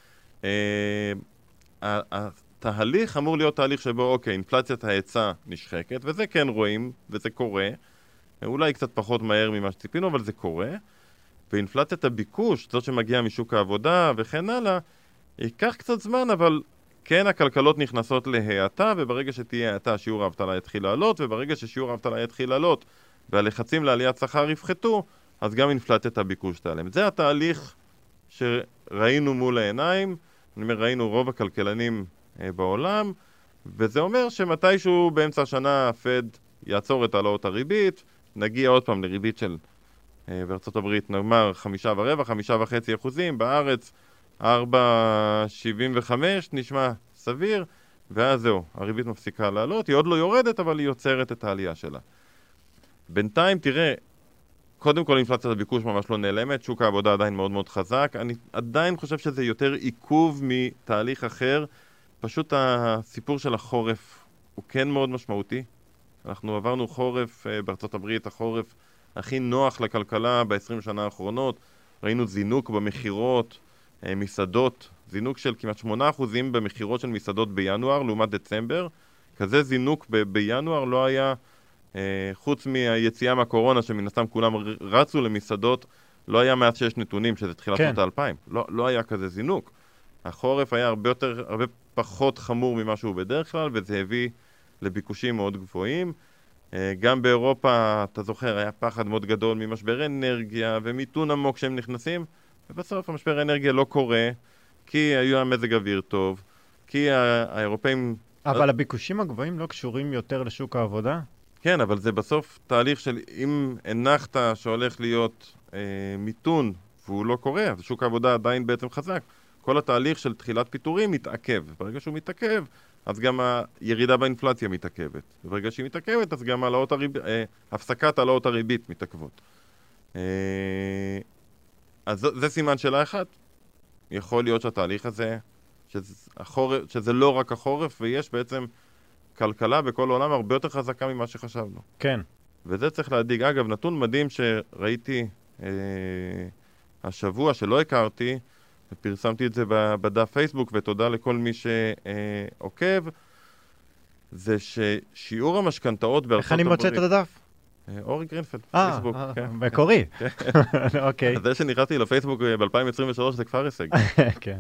התהליך אמור להיות תהליך שבו, אוקיי, אינפלציית ההיצע נשחקת, וזה כן רואים, וזה קורה, אולי קצת פחות מהר ממה שציפינו, אבל זה קורה. ואינפלציית הביקוש, זאת שמגיעה משוק העבודה וכן הלאה, ייקח קצת זמן, אבל כן, הכלכלות נכנסות להאטה, וברגע שתהיה האטה, שיעור האבטלה יתחיל לעלות, וברגע ששיעור האבטלה יתחיל לעלות, והלחצים לעליית שכר יפחתו, אז גם אינפלציית הביקוש תעלם. זה התהליך שראינו מול העיניים, אני אומר, ראינו רוב הכלכלנים בעולם, וזה אומר שמתישהו באמצע השנה הפד יעצור את העלאות הריבית, נגיע עוד פעם לריבית של, בארצות הברית נאמר חמישה ורבע, חמישה וחצי אחוזים, בארץ ארבע שבעים וחמש, נשמע סביר, ואז זהו, הריבית מפסיקה לעלות, היא עוד לא יורדת, אבל היא יוצרת את העלייה שלה. בינתיים, תראה, קודם כל אינפלציית הביקוש ממש לא נעלמת, שוק העבודה עדיין מאוד מאוד חזק, אני עדיין חושב שזה יותר עיכוב מתהליך אחר, פשוט הסיפור של החורף הוא כן מאוד משמעותי, אנחנו עברנו חורף בארצות הברית, החורף הכי נוח לכלכלה ב-עשרים שנה האחרונות, ראינו זינוק במחירות, מסעדות, זינוק של כמעט שמונה אחוזים במחירות של מסעדות בינואר לעומת דצמבר, כזה זינוק ב- בינואר לא היה, אה, חוץ מהיציאה מהקורונה שמן הסתם כולם רצו למסעדות, לא היה מאז שיש נתונים שזה תחילת שנות כן. האלפיים, לא, לא היה כזה זינוק. החורף היה הרבה יותר, הרבה פחות חמור ממה שהוא בדרך כלל, וזה הביא לביקושים מאוד גבוהים. אה, גם באירופה, אתה זוכר, היה פחד מאוד גדול ממשבר אנרגיה ומיתון עמוק שהם נכנסים, ובסוף המשבר האנרגיה לא קורה, כי היו המזג אוויר טוב, כי האירופאים... אבל הביקושים הגבוהים לא קשורים יותר לשוק העבודה? כן, אבל זה בסוף תהליך של אם הנחת שהולך להיות אה, מיתון, והוא לא קורה, אז שוק העבודה עדיין בעצם חזק. כל התהליך של תחילת פיטורים מתעכב. ברגע שהוא מתעכב, אז גם הירידה באינפלציה מתעכבת. ברגע שהיא מתעכבת, אז גם העלאות הריב... אה, הפסקת העלאות הריבית מתעכבות. אה... אז זה, זה סימן שאלה אחת. יכול להיות שהתהליך הזה, שזה, החורף, שזה לא רק החורף, ויש בעצם כלכלה בכל העולם הרבה יותר חזקה ממה שחשבנו. כן. וזה צריך להדיג. אגב, נתון מדהים שראיתי אה, השבוע שלא הכרתי, ופרסמתי את זה בדף פייסבוק, ותודה לכל מי שעוקב, זה ששיעור המשכנתאות בארצות הברית... איך אני מוצא את הדף? אורי גרינפלד, פייסבוק. אה, מקורי. אוקיי. זה שנכנסתי לפייסבוק ב-אלפיים עשרים ושלוש זה כבר הישג. כן.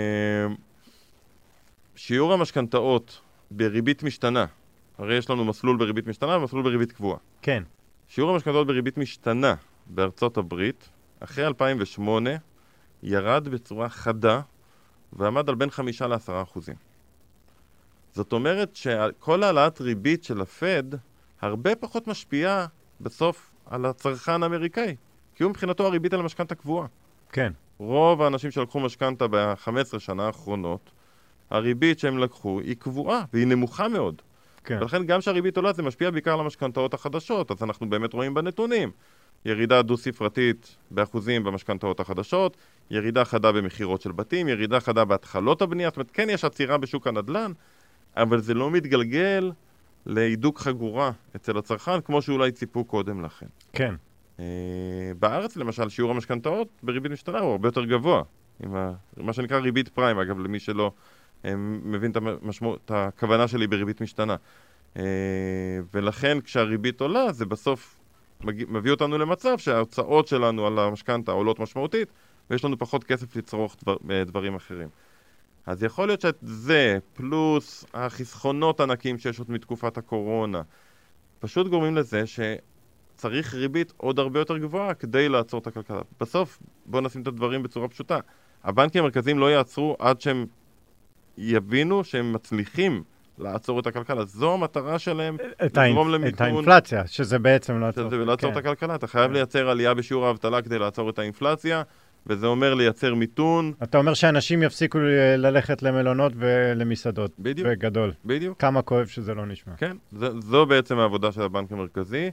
שיעור המשכנתאות בריבית משתנה, הרי יש לנו מסלול בריבית משתנה ומסלול בריבית קבועה. כן. שיעור המשכנתאות בריבית משתנה בארצות הברית, אחרי אלפיים ושמונה, ירד בצורה חדה, ועמד על בין חמישה לעשרה אחוזים. זאת אומרת שכל העלאת ריבית של הפד הרבה פחות משפיעה בסוף על הצרכן האמריקאי, כי הוא מבחינתו הריבית על המשכנתא קבועה. כן. רוב האנשים שלקחו משכנתא ב-חמש עשרה שנה האחרונות, הריבית שהם לקחו היא קבועה והיא נמוכה מאוד. כן. ולכן גם שהריבית עולה זה משפיע בעיקר על המשכנתאות החדשות, אז אנחנו באמת רואים בנתונים. ירידה דו-ספרתית באחוזים במשכנתאות החדשות, ירידה חדה במחירות של בתים, ירידה חדה בהתחלות הבנייה, זאת אומרת, כן יש עצירה בשוק הנדל"ן, אבל זה לא מתגלגל להידוק חגורה אצל הצרכן, כמו שאולי ציפו קודם לכן. כן. אה, בארץ, למשל, שיעור המשכנתאות בריבית משתנה הוא הרבה יותר גבוה, עם ה, מה שנקרא ריבית פריים, אגב, למי שלא אה, מבין את, המשמע, את הכוונה שלי בריבית משתנה. אה, ולכן, כשהריבית עולה, זה בסוף מביא אותנו למצב שההוצאות שלנו על המשכנתא עולות משמעותית, ויש לנו פחות כסף לצרוך דבר, דברים אחרים. אז יכול להיות שזה, פלוס החסכונות ענקים שיש עוד מתקופת הקורונה, פשוט גורמים לזה שצריך ריבית עוד הרבה יותר גבוהה כדי לעצור את הכלכלה. בסוף, בואו נשים את הדברים בצורה פשוטה. הבנקים המרכזיים לא יעצרו עד שהם יבינו שהם מצליחים לעצור את הכלכלה. זו המטרה שלהם, לגרום למיתון. את האינפלציה, שזה בעצם לעצור. שזה לעצור את הכלכלה. אתה חייב לייצר עלייה בשיעור האבטלה כדי לעצור את האינפלציה, וזה אומר לייצר מיתון. אתה אומר שאנשים יפסיקו ללכת למלונות ולמסעדות. בדיוק. בגדול. בדיוק. כמה כואב שזה לא נשמע. כן, זו, זו בעצם העבודה של הבנק המרכזי,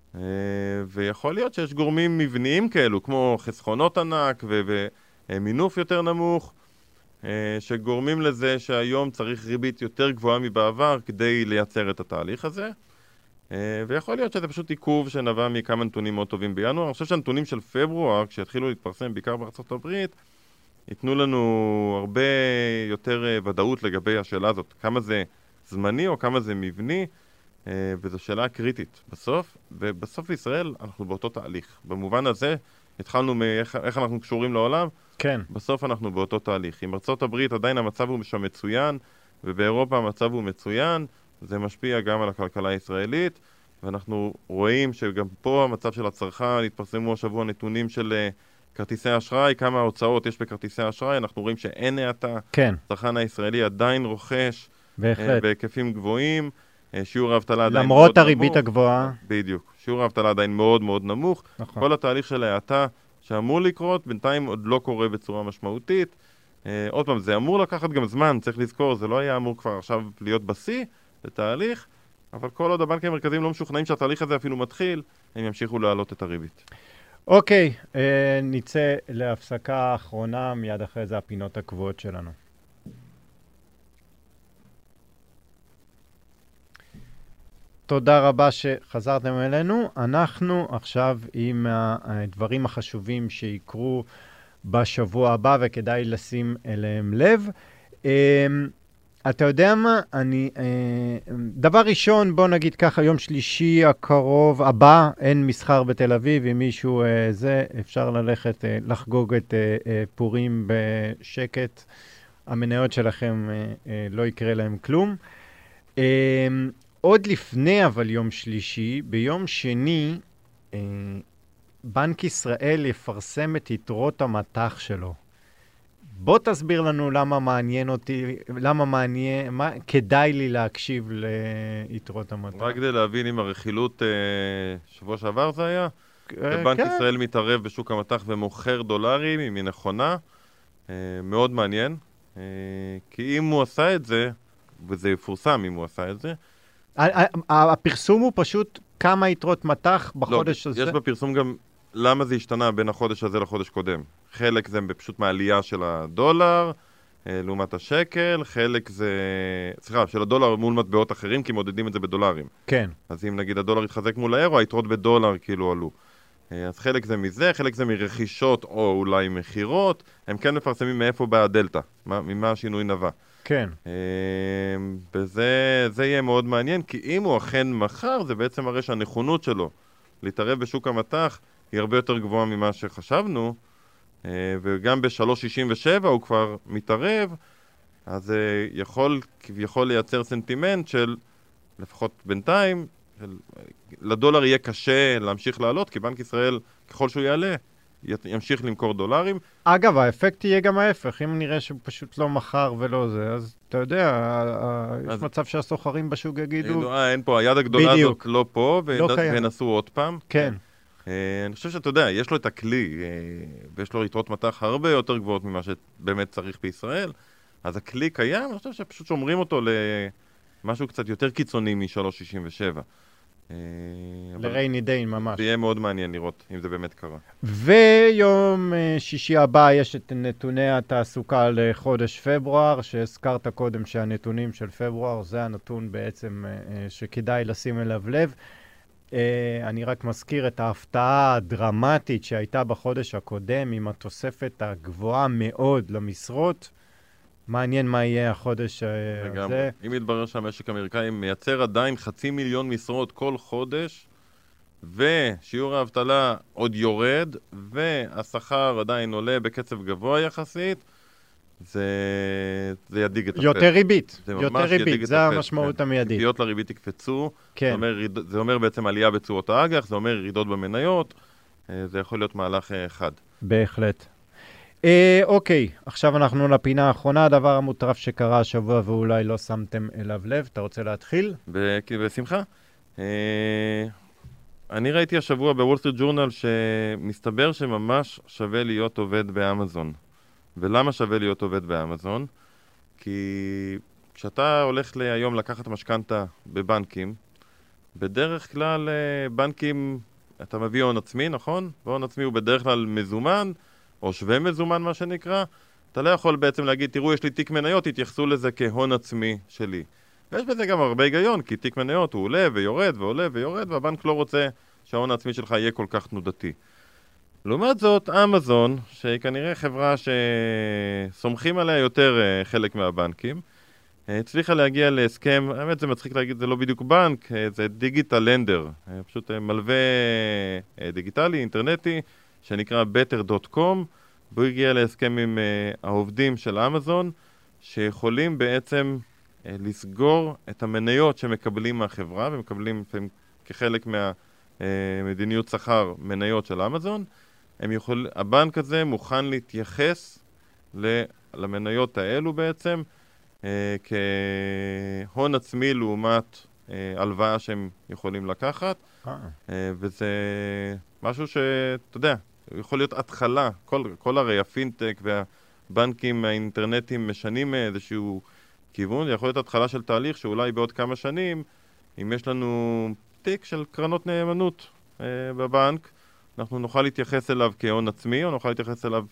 ויכול להיות שיש גורמים מבניים כאלו, כמו חסכונות ענק ומינוף יותר נמוך, שגורמים לזה שהיום צריך ריבית יותר גבוהה מבעבר כדי לייצר את התהליך הזה. ויכול להיות שזה פשוט עיכוב שנבע מכמה נתונים מאוד טובים בינואר. אני חושב שהנתונים של פברואר, כשיתחילו להתפרסם בעיקר בארצות הברית, ייתנו לנו הרבה יותר ודאות לגבי השאלה הזאת, כמה זה זמני או כמה זה מבני, וזו שאלה קריטית בסוף, ובסוף בישראל אנחנו באותו תהליך. במובן הזה התחלנו מאיך איך אנחנו קשורים לעולם, כן. בסוף אנחנו באותו תהליך. עם ארצות הברית עדיין המצב הוא שם מצוין, ובאירופה המצב הוא מצוין, זה משפיע גם על הכלכלה הישראלית, ואנחנו רואים שגם פה המצב של הצרכן, התפרסמו השבוע נתונים של כרטיסי אשראי, כמה הוצאות יש בכרטיסי אשראי, אנחנו רואים שאין האטה. כן. הצרכן הישראלי עדיין רוכש בהחלט. בהיקפים גבוהים, שיעור האבטלה עדיין מאוד למרות נמוך. הריבית הגבוהה. בדיוק. שיעור האבטלה עדיין מאוד מאוד נמוך. נכון. כל התהליך של ההאטה שאמור לקרות, בינתיים עוד לא קורה בצורה משמעותית. עוד פעם, זה אמור לקחת גם זמן, צריך לזכור, זה לא היה אמור כבר עכשיו להיות בשיא, זה תהליך, אבל כל עוד הבנקים המרכזיים לא משוכנעים שהתהליך הזה אפילו מתחיל, הם ימשיכו להעלות את הריבית. אוקיי, אה, נצא להפסקה האחרונה, מיד אחרי זה הפינות הקבועות שלנו. תודה רבה שחזרתם אלינו. אנחנו עכשיו עם הדברים החשובים שיקרו בשבוע הבא וכדאי לשים אליהם לב. אתה יודע מה? אני, דבר ראשון, בוא נגיד ככה, יום שלישי הקרוב הבא, אין מסחר בתל אביב, אם מישהו זה, אפשר ללכת לחגוג את פורים בשקט. המניות שלכם לא יקרה להם כלום. עוד לפני אבל יום שלישי, ביום שני, אה, בנק ישראל יפרסם את יתרות המטח שלו. בוא תסביר לנו למה מעניין אותי, למה מעניין, מה, כדאי לי להקשיב ליתרות המטח. רק כדי להבין אם הרכילות אה, שבוע שעבר זה היה, אה, בנק כן. ישראל מתערב בשוק המטח ומוכר דולרים, אם היא נכונה, אה, מאוד מעניין, אה, כי אם הוא עשה את זה, וזה יפורסם אם הוא עשה את זה, הפרסום הוא פשוט כמה יתרות מטח בחודש לא, הזה. יש בפרסום גם למה זה השתנה בין החודש הזה לחודש קודם. חלק זה פשוט מהעלייה של הדולר לעומת השקל, חלק זה, סליחה, של הדולר מול מטבעות אחרים, כי מודדים את זה בדולרים. כן. אז אם נגיד הדולר יתחזק מול האירו, היתרות בדולר כאילו עלו. אז חלק זה מזה, חלק זה מרכישות או אולי מחירות, הם כן מפרסמים מאיפה באה הדלטה, ממה השינוי נבע. כן. וזה זה יהיה מאוד מעניין, כי אם הוא אכן מחר, זה בעצם מראה שהנכונות שלו להתערב בשוק המטח היא הרבה יותר גבוהה ממה שחשבנו, וגם ב-שלוש שישים ושבע הוא כבר מתערב, אז זה יכול כביכול לייצר סנטימנט של, לפחות בינתיים, של, לדולר יהיה קשה להמשיך לעלות, כי בנק ישראל, ככל שהוא יעלה, ימשיך למכור דולרים. אגב, האפקט יהיה גם ההפך, אם נראה שהוא פשוט לא מחר ולא זה, אז אתה יודע, יש מצב שהסוחרים בשוק יגידו... אה, אין פה, היד הגדולה הזאת לא פה, ונסו עוד פעם. כן. אני חושב שאתה יודע, יש לו את הכלי, ויש לו יתרות מטח הרבה יותר גבוהות ממה שבאמת צריך בישראל, אז הכלי קיים, אני חושב שפשוט שומרים אותו למשהו קצת יותר קיצוני מ-שלוש שישים ושבע. לרייני דיין ממש. זה יהיה מאוד מעניין לראות אם זה באמת קרה. ויום שישי הבא יש את נתוני התעסוקה לחודש פברואר, שהזכרת קודם שהנתונים של פברואר זה הנתון בעצם שכדאי לשים אליו לב. אני רק מזכיר את ההפתעה הדרמטית שהייתה בחודש הקודם עם התוספת הגבוהה מאוד למשרות. מעניין מה יהיה החודש הזה. אם יתברר שהמשק האמריקאי מייצר עדיין חצי מיליון משרות כל חודש, ושיעור האבטלה עוד יורד, והשכר עדיין עולה בקצב גבוה יחסית, זה, זה ידיג את הפד. יותר ריבית, יותר ריבית, זה המשמעות המיידית. ציפיות לריבית יקפצו, זה אומר, זה אומר בעצם עלייה בתשואות האג"ח, זה אומר ירידות במניות, זה יכול להיות מהלך אחד. בהחלט. אה, אוקיי, עכשיו אנחנו לפינה האחרונה, הדבר המוטרף שקרה השבוע ואולי לא שמתם אליו לב. אתה רוצה להתחיל? בשמחה. אה, אני ראיתי השבוע בוול סטריט ג'ורנל שמסתבר שממש שווה להיות עובד באמזון. ולמה שווה להיות עובד באמזון? כי כשאתה הולך היום לקחת משכנתה בבנקים, בדרך כלל בנקים, אתה מביא הון עצמי, נכון? והון עצמי הוא בדרך כלל מזומן, או שווה מזומן מה שנקרא, אתה לא יכול בעצם להגיד, תראו, יש לי תיק מניות, תתייחסו לזה כהון עצמי שלי. ויש בזה גם הרבה היגיון, כי תיק מניות הוא עולה ויורד ועולה ויורד, והבנק לא רוצה שההון העצמי שלך יהיה כל כך תנודתי. לעומת זאת, אמזון, שהיא כנראה חברה שסומכים עליה יותר חלק מהבנקים, הצליחה להגיע להסכם, האמת זה מצחיק להגיד, זה לא בדיוק בנק, זה דיגיטל לנדר, פשוט מלווה דיגיטלי, אינטרנטי, שנקרא בטר דוט קום, והוא הגיע להסכם עם uh, העובדים של אמזון, שיכולים בעצם uh, לסגור את המניות שמקבלים מהחברה, ומקבלים כחלק מהמדיניות uh, שכר מניות של אמזון. הם יכול, הבנק הזה מוכן להתייחס למניות האלו בעצם, uh, כהון עצמי לעומת uh, הלוואה שהם יכולים לקחת, uh, וזה משהו שאתה יודע, יכול להיות התחלה, כל, כל הרי הפינטק והבנקים האינטרנטיים משנים איזשהו כיוון, זה יכול להיות התחלה של תהליך שאולי בעוד כמה שנים, אם יש לנו תיק של קרנות נאמנות אה, בבנק, אנחנו נוכל להתייחס אליו כהון עצמי, או נוכל להתייחס אליו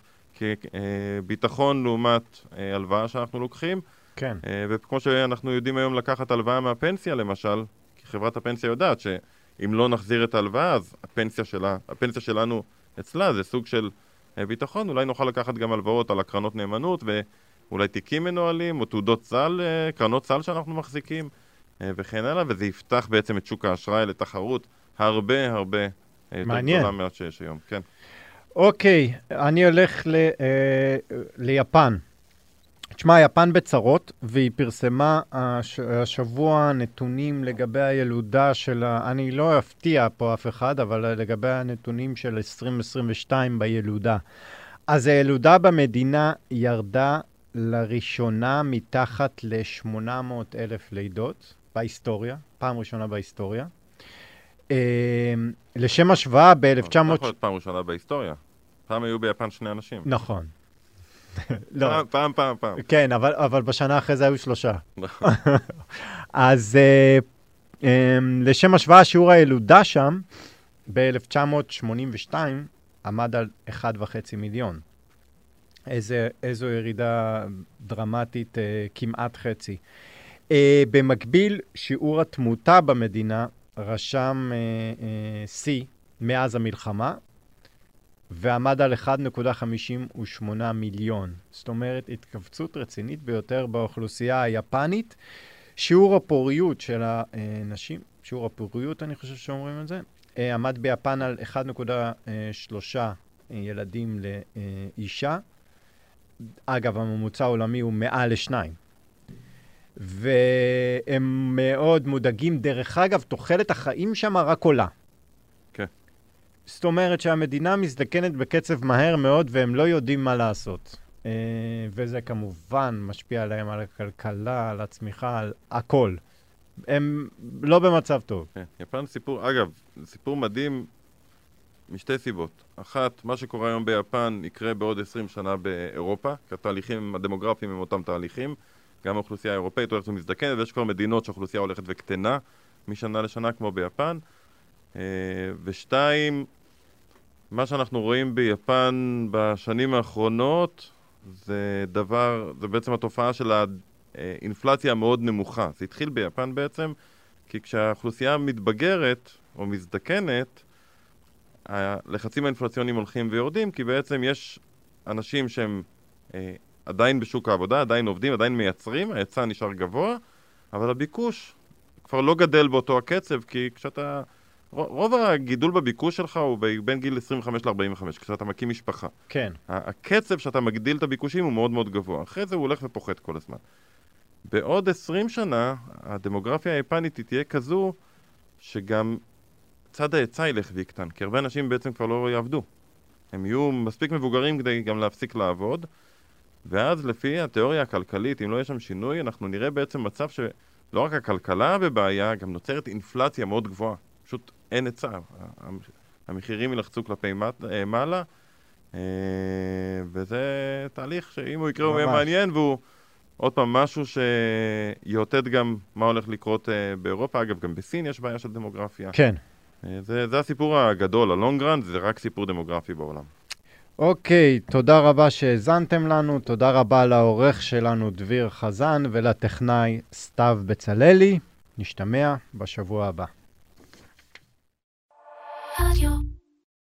כביטחון לעומת אה, הלוואה שאנחנו לוקחים. כן. אה, וכמו שאנחנו יודעים היום לקחת הלוואה מהפנסיה למשל, כי חברת הפנסיה יודעת שאם לא נחזיר את ההלוואה, אז הפנסיה שלה, הפנסיה שלנו אצלה זה סוג של ביטחון, אולי נוכל לקחת גם הלוואות על הקרנות נאמנות ואולי תיקים מנוהלים או תעודות סל, קרנות סל שאנחנו מחזיקים וכן הלאה, וזה יפתח בעצם את שוק האשראי לתחרות הרבה הרבה יותר גדולה מעט שיש היום. כן. אוקיי, אני הולך ל, אה, ליפן. תשמע, יפן בצרות, והיא פרסמה הש, השבוע נתונים לגבי הילודה של, ה, אני לא אפתיע פה אף אחד, אבל לגבי הנתונים של עשרים עשרים ושתיים בילודה. אז הילודה במדינה ירדה לראשונה מתחת ל-שמונה מאות אלף לידות בהיסטוריה, פעם ראשונה בהיסטוריה. אה, לשם השוואה ב-אלף תשע מאות... לא, פעם ראשונה בהיסטוריה. פעם היו ביפן שני אנשים. נכון. לא. פעם, פעם, פעם, פעם. כן, אבל, אבל בשנה אחרי זה היו שלושה. אז uh, um, לשם השוואה, שיעור הילודה שם, ב-אלף תשע מאות שמונים ושתיים, עמד על אחד וחצי מיליון. איזה, איזו ירידה דרמטית, uh, כמעט חצי. Uh, במקביל, שיעור התמותה במדינה רשם uh, uh, C מאז המלחמה, ועמד על אחד נקודה חמישים ושמונה מיליון. זאת אומרת, התכווצות רצינית ביותר באוכלוסייה היפנית. שיעור הפוריות של הנשים, שיעור הפוריות, אני חושב שאומרים את זה, עמד ביפן על אחד נקודה שלוש ילדים לאישה. אגב, הממוצע העולמי הוא מעל לשניים. והם מאוד מודאגים. דרך אגב, תוחלת החיים שם רק עולה. כן. זאת אומרת שהמדינה מזדקנת בקצב מהר מאוד והם לא יודעים מה לעשות. וזה כמובן משפיע עליהם על הכלכלה, על הצמיחה, על הכל. הם לא במצב טוב. כן, יפן סיפור, אגב, סיפור מדהים משתי סיבות. אחת, מה שקורה היום ביפן יקרה בעוד עשרים שנה באירופה, כי התהליכים הדמוגרפיים הם אותם תהליכים. גם האוכלוסייה האירופאית הולכת ומזדקנת, ויש כבר מדינות שהאוכלוסייה הולכת וקטנה משנה לשנה כמו ביפן. ושתיים, מה שאנחנו רואים ביפן בשנים האחרונות זה דבר, זה בעצם התופעה של האינפלציה המאוד נמוכה. זה התחיל ביפן בעצם, כי כשהאוכלוסייה מתבגרת או מזדקנת, הלחצים האינפלציוניים הולכים ויורדים, כי בעצם יש אנשים שהם אה, עדיין בשוק העבודה, עדיין עובדים, עדיין מייצרים, ההיצע נשאר גבוה, אבל הביקוש כבר לא גדל באותו הקצב, כי כשאתה... רוב הגידול בביקוש שלך הוא בין גיל עשרים וחמש ל-ארבעים וחמש, כשאתה מקים משפחה. כן. הקצב שאתה מגדיל את הביקושים הוא מאוד מאוד גבוה. אחרי זה הוא הולך ופוחת כל הזמן. בעוד עשרים שנה, הדמוגרפיה היפנית תהיה כזו שגם צד ההיצע ילך ויקטן, כי הרבה אנשים בעצם כבר לא יעבדו. הם יהיו מספיק מבוגרים כדי גם להפסיק לעבוד, ואז לפי התיאוריה הכלכלית, אם לא יש שם שינוי, אנחנו נראה בעצם מצב שלא רק הכלכלה בבעיה, גם נוצרת אינפלציה מאוד גבוהה. פשוט אין היצע. המחירים ילחצו כלפי מעלה, וזה תהליך שאם הוא יקרה הוא יהיה מעניין, והוא עוד פעם משהו שיעוטט גם מה הולך לקרות באירופה. אגב, גם בסין יש בעיה של דמוגרפיה. כן. זה, זה הסיפור הגדול, הלונגרנד, זה רק סיפור דמוגרפי בעולם. אוקיי, תודה רבה שהזנתם לנו, תודה רבה לעורך שלנו דביר חזן ולטכנאי סתיו בצללי. נשתמע בשבוע הבא. רדיו